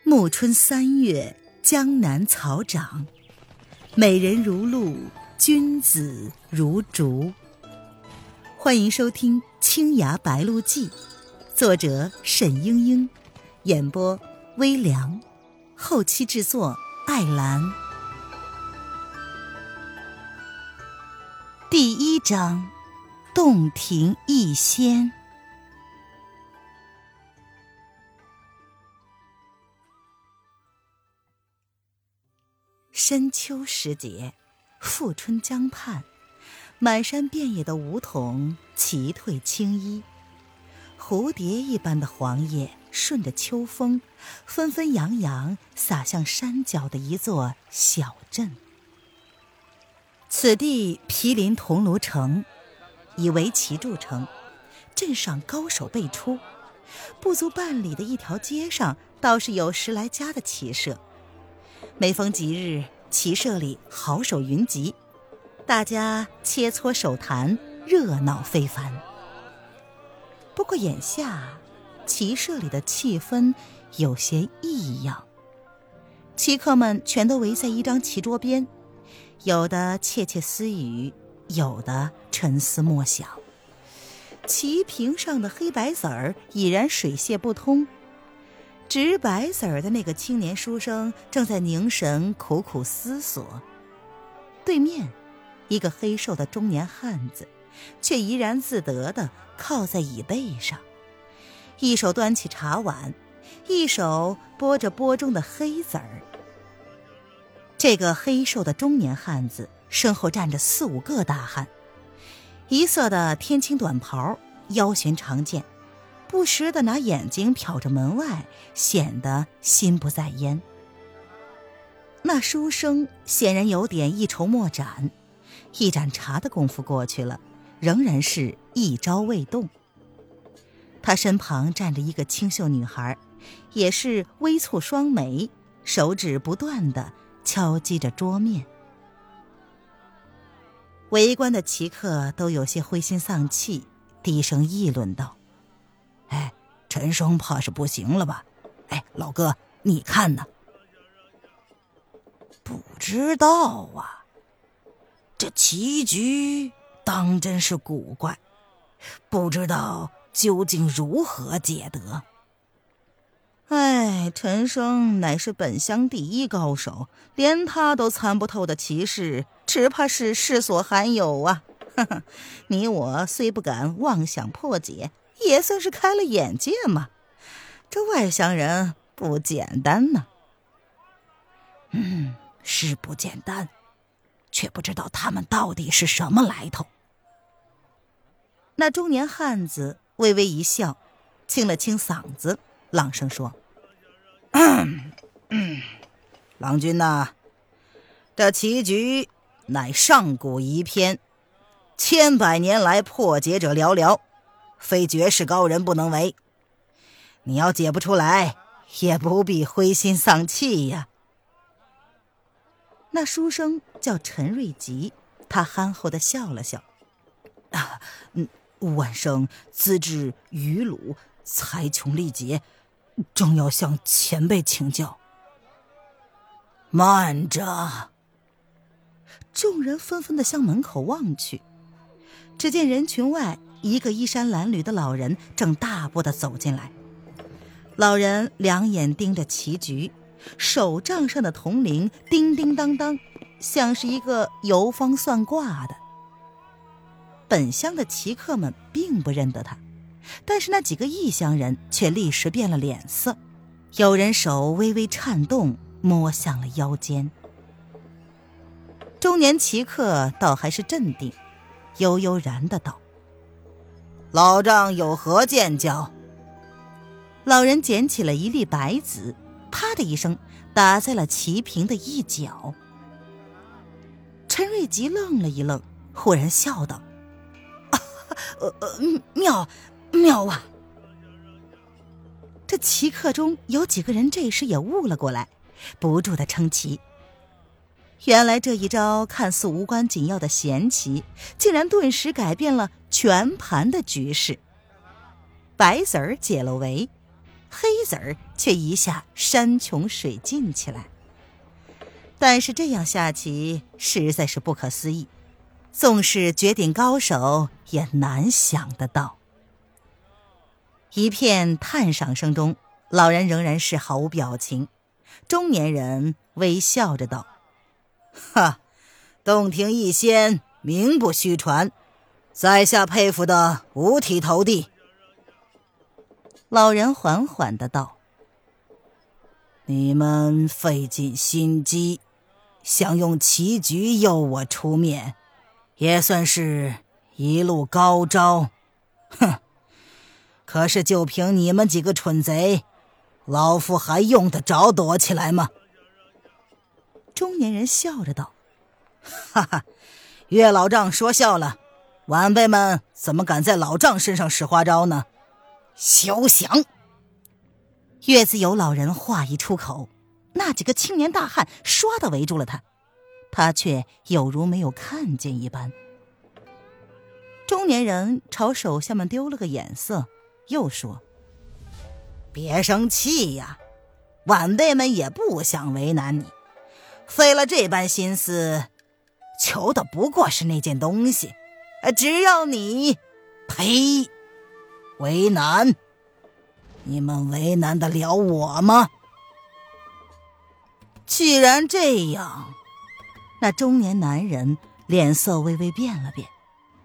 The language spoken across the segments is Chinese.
暮春3月，江南草长，美人如露，君子如竹。欢迎收听《青崖白鹿记》，作者沈英英，演播微凉，后期制作艾兰。第1章，洞庭一仙。深秋时节，复春江畔，满山遍野的梧桐齐蜕青衣，蝴蝶一般的黄叶顺着秋风，纷纷扬扬洒向山脚的一座小镇。此地毗邻桐庐城，以围棋著称，镇上高手辈出，不足半里的一条街上倒是有10来家的棋社。每逢吉日，棋社里好手云集，大家切磋手谈，热闹非凡。不过眼下棋社里的气氛有些异样，棋客们全都围在一张棋桌边，有的窃窃私语，有的沉思默想。棋屏上的黑白子儿已然水泄不通，执白子儿的那个青年书生正在凝神苦苦思索。对面一个黑瘦的中年汉子却怡然自得地靠在椅背上，一手端起茶碗，一手拨着钵中的黑子儿。这个黑瘦的中年汉子身后站着4、5个大汉，一色的天青短袍，腰悬长剑，不时地拿眼睛瞟着门外，显得心不在焉。那书生显然有点一筹莫展，一盏茶的功夫过去了，仍然是一招未动。他身旁站着一个清秀女孩，也是微蹙双眉，手指不断地敲击着桌面。围观的棋客都有些灰心丧气，低声议论道：陈生怕是不行了吧？老哥，你看呢？不知道啊，这棋局当真是古怪，不知道究竟如何解得。陈生乃是本乡第1高手，连他都参不透的棋事，只怕是世所罕有啊！你我虽不敢妄想破解，也算是开了眼界嘛。这外乡人不简单呢。是不简单，却不知道他们到底是什么来头。那中年汉子微微一笑，清了清嗓子，朗声说：郎君呐，这棋局乃上古遗篇，千百年来破解者寥寥，非绝世高人不能为。你要解不出来，也不必灰心丧气呀。那书生叫陈瑞吉，他憨厚地笑了笑：晚生资质愚鲁，才穷力竭，正要向前辈请教。慢着！众人纷纷地向门口望去，只见人群外一个衣衫褴褛的老人正大步地走进来。老人两眼盯着棋局，手杖上的铜铃叮叮当当，像是一个游方算卦的。本乡的棋客们并不认得他，但是那几个异乡人却立时变了脸色，有人手微微颤动，摸向了腰间。中年棋客倒还是镇定，悠悠然的道：老丈有何见教？老人捡起了一粒白子，啪的一声打在了棋屏的一角。陈瑞吉愣了一愣，忽然笑道：妙啊！这棋客中有几个人这时也悟了过来，不住地称奇。原来这一招看似无关紧要的闲棋，竟然顿时改变了全盘的局势。白子儿解了围， 黑子儿却一下山穷水尽起来。但是这样下棋实在是不可思议，纵是绝顶高手也难想得到。一片叹赏声中，老人仍然是毫无表情。中年人微笑着道：哈，洞庭一仙，名不虚传，在下佩服的五体投地。老人缓缓地道：你们费尽心机，想用棋局诱我出面，也算是一路高招。哼，可是就凭你们几个蠢贼，老夫还用得着躲起来吗？中年人笑着道：哈哈，岳老丈说笑了，晚辈们怎么敢在老丈身上使花招呢？休想！岳子友老人话一出口，那几个青年大汉唰地围住了他，他却有如没有看见一般。中年人朝手下们丢了个眼色，又说：别生气呀，晚辈们也不想为难你，费了这般心思，求的不过是那件东西，只要你……呸！为难？你们为难得了我吗？既然这样，那中年男人脸色微微变了变。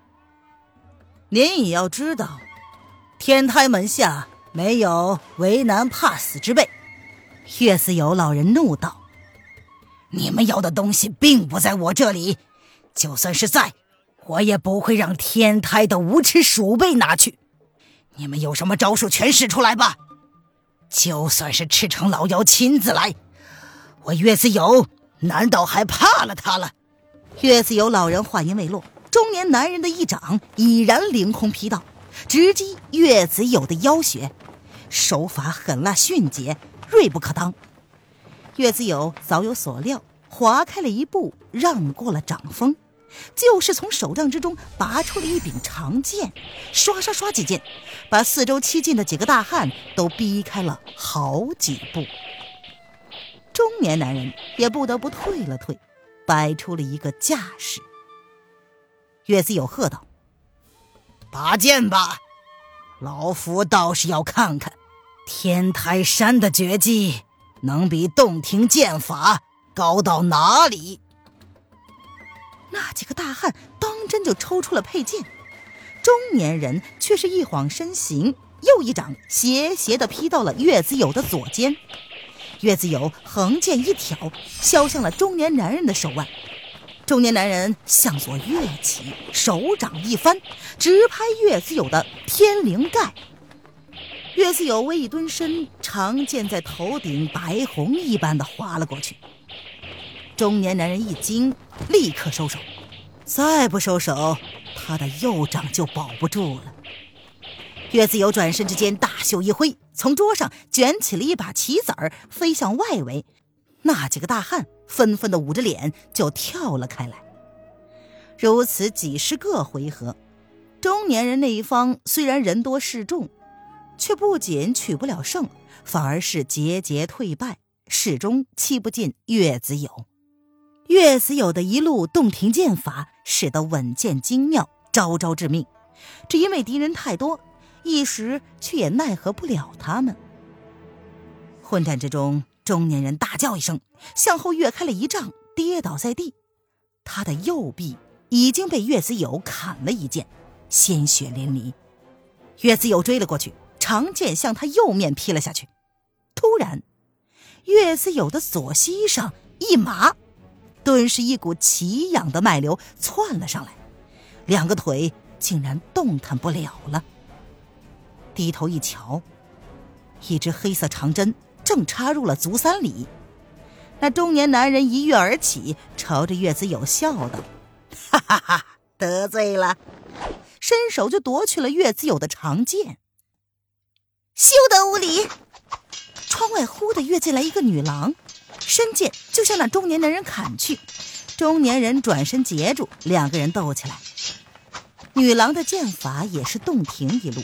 您也要知道，天台门下没有为难怕死之辈。岳思友老人怒道：你们要的东西并不在我这里，就算是在，我也不会让天台的无耻鼠辈拿去。你们有什么招数全使出来吧，就算是赤城老妖亲自来，我岳思友难道还怕了他了？岳思友老人话音未落，中年男人的一掌已然凌空劈到，直击岳子友的腰穴，手法狠辣迅捷，锐不可当。岳子友早有所料，划开了一步，让过了掌锋，就是从手杖之中拔出了一柄长剑，刷刷刷几剑，把四周七进的几个大汉都逼开了好几步。中年男人也不得不退了退，摆出了一个架势。岳子友喝道：拔剑吧，老夫倒是要看看天台山的绝技能比洞庭剑法高到哪里。那几个大汉当真就抽出了佩剑，中年人却是一晃身形，又一掌斜斜地劈到了岳子友的左肩。岳子友横剑一挑，削向了中年男人的手腕。中年男人向左跃起，手掌一翻，直拍岳子友的天灵盖。岳子友微一蹲身，长剑在头顶白虹一般的划了过去。中年男人一惊，立刻收手，再不收手，他的右掌就保不住了。岳子友转身之间，大袖一挥，从桌上卷起了一把棋子儿，飞向外围。那几个大汉纷纷的捂着脸就跳了开来。如此几十个回合，中年人那一方虽然人多势众，却不仅取不了胜，反而是节节退败，始终欺不进岳子友。岳子友的一路洞庭剑法使得稳健精妙，招招致命，只因为敌人太多，一时却也奈何不了他们。混战之中，中年人大叫一声，向后跃开了一丈，跌倒在地。他的右臂已经被岳子友砍了一剑，鲜血淋漓。岳子友追了过去，长剑向他右面劈了下去。突然，岳子友的左膝上一麻，顿时一股奇痒的脉流窜了上来，两个腿竟然动弹不了了。低头一瞧，一只黑色长针正插入了足三里。那中年男人一跃而起，朝着岳子友笑道：哈哈哈，得罪了，伸手就夺去了岳子友的长剑。休得无礼！窗外忽地跃进来一个女郎，伸剑就向那中年男人砍去。中年人转身截住，两个人斗起来。女郎的剑法也是洞庭一路，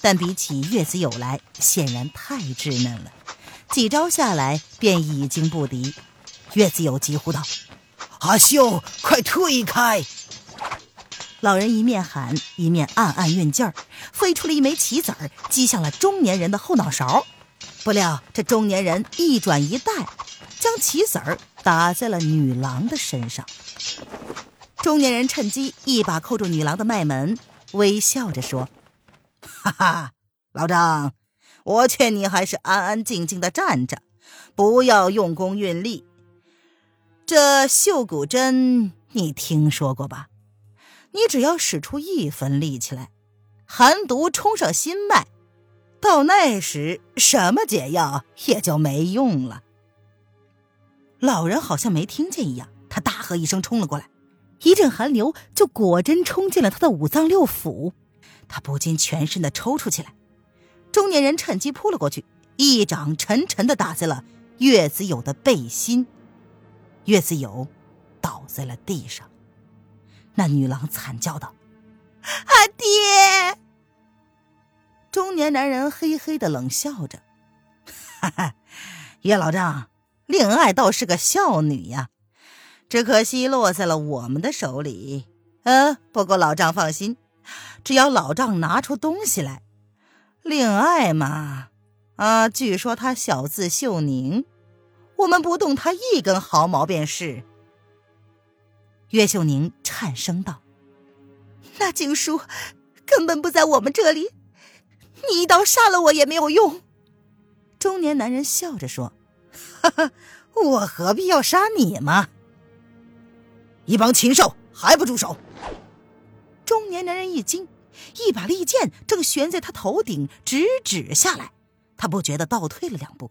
但比起月子友来，显然太稚嫩了，几招下来便已经不敌。月子友急呼道：阿秀，快退开！老人一面喊一面暗暗运劲儿，飞出了一枚棋子儿，击向了中年人的后脑勺。不料这中年人一转一带，将棋子儿打在了女郎的身上。中年人趁机一把扣住女郎的脉门，微笑着说：哈哈，老张，我劝你还是安安静静的站着，不要用功运力。这绣骨针你听说过吧？你只要使出1分力气来，寒毒冲上心脉，到那时什么解药也就没用了。老人好像没听见一样，他大喝一声冲了过来，一阵寒流就果真冲进了他的5脏6腑，他不禁全身的抽搐起来。中年人趁机扑了过去，一掌沉沉地打在了月子友的背心，月子友倒在了地上。那女郎惨叫道：阿爹！中年男人嘿嘿地冷笑着：哈哈，岳老丈，令爱倒是个孝女呀，只可惜落在了我们的手里。不过老丈放心，只要老丈拿出东西来，令爱嘛，据说她小字秀宁，我们不动她一根毫毛便是。岳秀宁颤声道：那经书根本不在我们这里，你一刀杀了我也没有用。中年男人笑着说：哈哈，我何必要杀你嘛？一帮禽兽，还不住手！中年男人一惊，一把利剑正悬在他头顶，直指下来，他不觉得倒退了2步。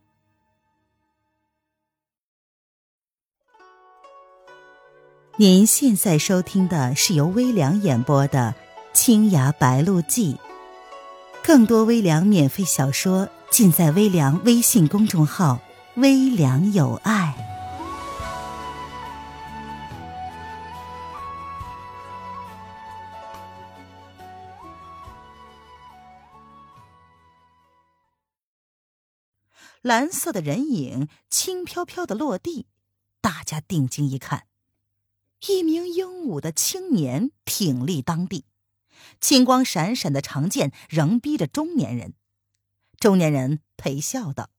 您现在收听的是由微凉演播的《青崖白鹿记》，更多微凉免费小说尽在微凉微信公众号“微凉有爱”。蓝色的人影轻飘飘地落地，大家定睛一看，一名英武的青年挺立当地，青光闪闪的长剑仍逼着中年人。中年人陪笑道：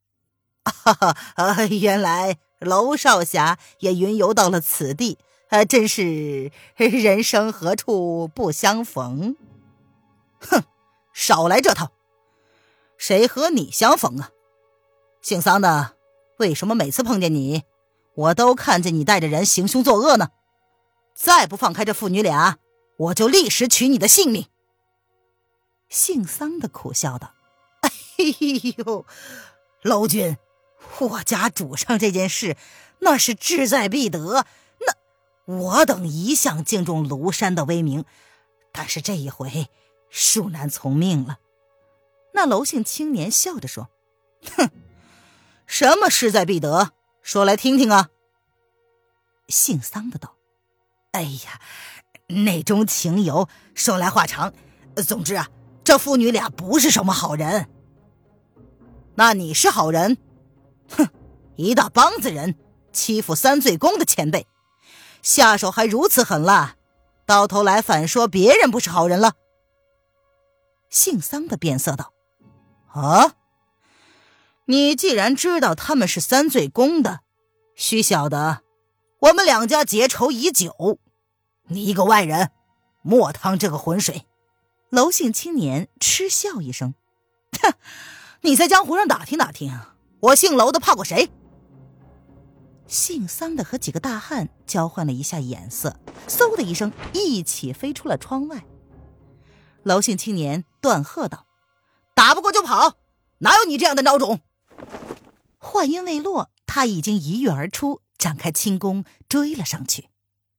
原来娄少侠也云游到了此地，真是人生何处不相逢。哼，少来这套，谁和你相逢啊？姓桑的，为什么每次碰见你，我都看见你带着人行凶作恶呢？再不放开这父女俩，我就立时取你的性命。姓桑的苦笑道：哎呦，娄君，我家主上这件事那是志在必得，那我等一向敬重庐山的威名，但是这一回恕难从命了。那娄姓青年笑着说：哼，什么势在必得，说来听听啊。姓桑的道：哎呀，内中情由，说来话长，总之啊，这父女俩不是什么好人。那你是好人？哼，一大帮子人欺负三罪公的前辈，下手还如此狠辣，到头来反说别人不是好人了。姓桑的变色道：啊，你既然知道他们是三罪公的，须晓得我们两家结仇已久，你一个外人莫趟这个浑水。娄姓青年嗤笑一声：哼，你在江湖上打听打听，我姓娄的怕过谁？姓桑的和几个大汉交换了一下眼色，嗖的一声一起飞出了窗外。娄姓青年断喝道：打不过就跑，哪有你这样的孬种？话音未落，他已经一跃而出，展开轻功追了上去。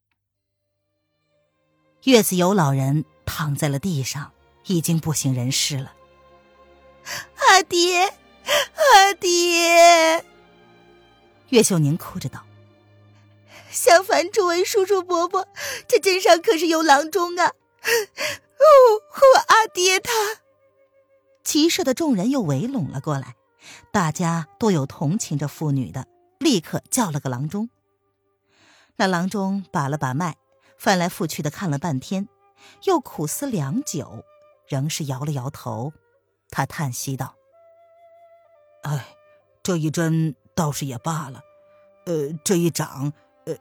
月子有老人躺在了地上，已经不省人事了。阿爹，阿爹！岳秀宁哭着道：相反诸位叔叔伯伯，这镇上可是有郎中啊！我阿爹他…… 骑射的众人又围拢了过来，大家都有同情这妇女的，立刻叫了个郎中。那郎中把了把脉，翻来覆去的看了半天，又苦思良久，仍是摇了摇头。他叹息道：哎，这一针倒是也罢了，这一掌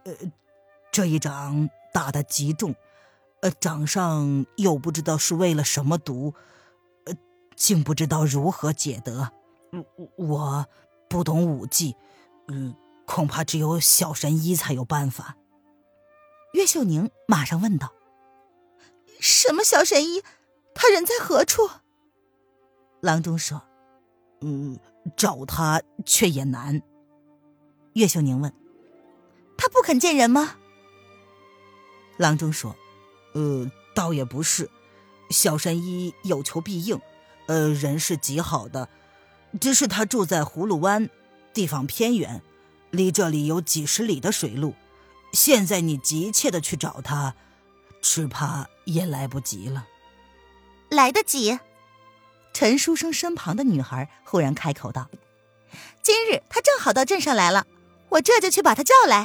打得极重，掌上又不知道是为了什么毒，竟不知道如何解得。我不懂武技，恐怕只有小神医才有办法。岳秀宁马上问道：什么小神医？他人在何处？郎中说：找他却也难。岳秀宁问：他不肯见人吗？郎中说：倒也不是，小神医有求必应，人是极好的，只是他住在葫芦湾，地方偏远，离这里有几十里的水路，现在你急切的去找他，只怕也来不及了。来得及。陈书生身旁的女孩忽然开口道：今日他正好到镇上来了，我这就去把他叫来。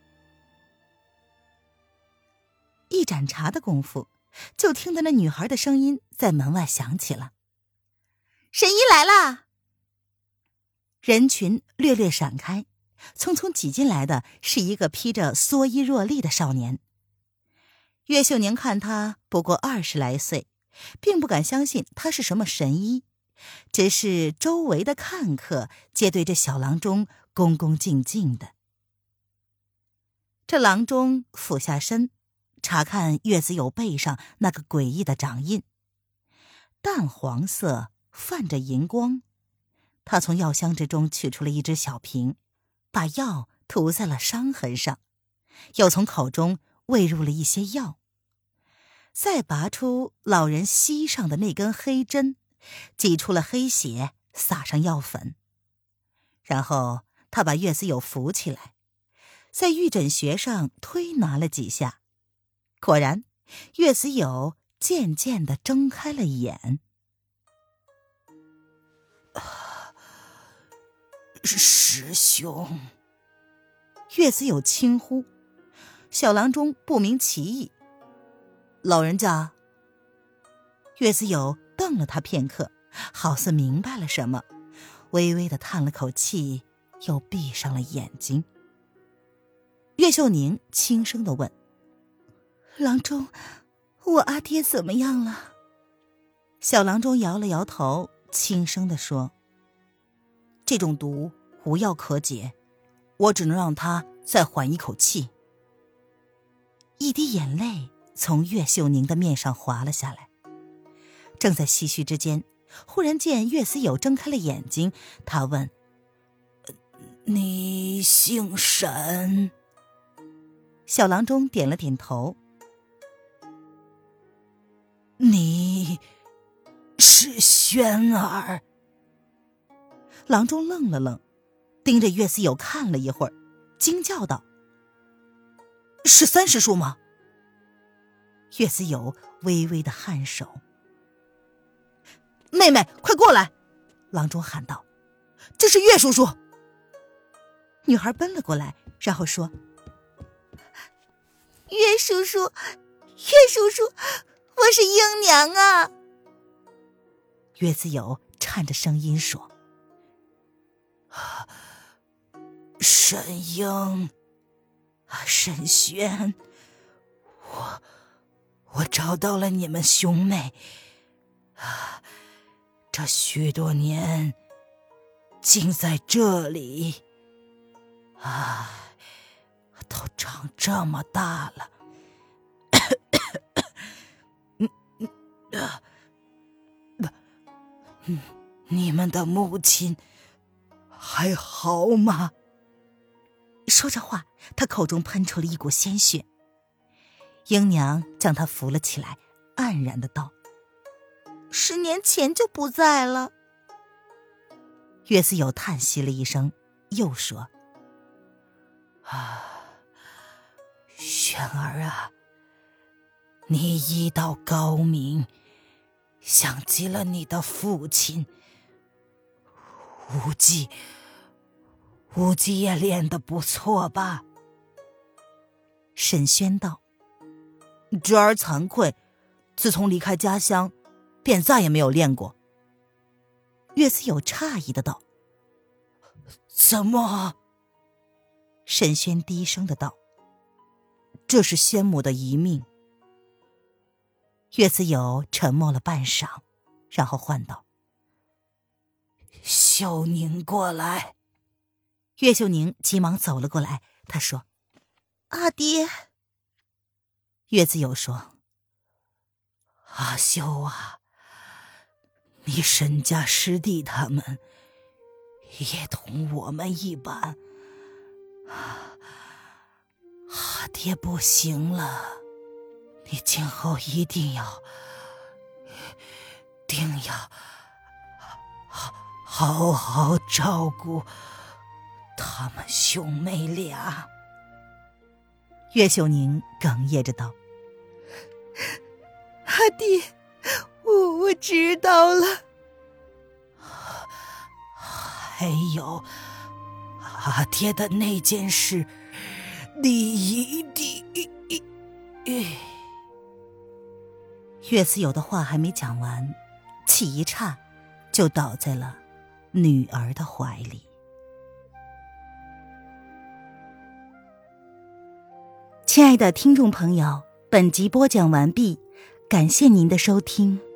一盏茶的功夫，就听得那女孩的声音在门外响起了：神医来了。人群略略闪开，匆匆挤进来的是一个披着蓑衣若笠的少年。岳秀宁看他不过20来岁，并不敢相信他是什么神医，只是周围的看客皆对这小郎中恭恭敬敬的。这郎中俯下身查看岳子友背上那个诡异的掌印，淡黄色泛着银光。他从药箱之中取出了一只小瓶，把药涂在了伤痕上，又从口中喂入了一些药，再拔出老人膝上的那根黑针，挤出了黑血，撒上药粉。然后他把岳子友扶起来，在玉枕穴上推拿了几下，果然岳子友渐渐地睁开了眼。师兄，岳子友轻呼。小郎中不明其意。老人家。岳子友瞪了他片刻，好似明白了什么，微微地叹了口气，又闭上了眼睛。岳秀宁轻声地问：郎中，我阿爹怎么样了？小郎中摇了摇头，轻声地说：这种毒无药可解，我只能让他再缓一口气。一滴眼泪从岳秀宁的面上滑了下来。正在唏嘘之间，忽然见岳思友睁开了眼睛，他问：你姓沈？小郎中点了点头。你是轩儿？郎中愣了愣，盯着岳思友看了一会儿，惊叫道：是三师叔吗？岳思友微微的颔首。妹妹，快过来！郎中喊道：这是岳叔叔。女孩奔了过来，然后说：岳叔叔，岳叔叔，我是英娘啊。岳子友颤着声音说：沈英，沈轩，我找到了你们兄妹，这许多年竟在这里，都长这么大了。你们的母亲还好吗？说着话，他口中喷出了一股鲜血。英娘将他扶了起来，黯然的道：10年前就不在了。岳思友叹息了一声，又说：轩儿啊，你医道高明， 像极了你的父亲。无忌也练得不错吧？沈轩道：侄儿惭愧，自从离开家乡，便再也没有练过。岳思友诧异的道：怎么？沈轩低声的道：这是先母的遗命。岳思友沉默了半晌，然后唤道：秀宁过来。岳秀宁急忙走了过来，他说：阿爹。岳思友说：阿秀啊，你沈家师弟他们也同我们一般，阿爹不行了，你今后一定要好好照顾他们兄妹俩。岳秀宁哽咽着道：阿爹，我知道了。还有阿爹的那件事，你一定……岳思友的话还没讲完，气一岔，就倒在了女儿的怀里。亲爱的听众朋友，本集播讲完毕，感谢您的收听。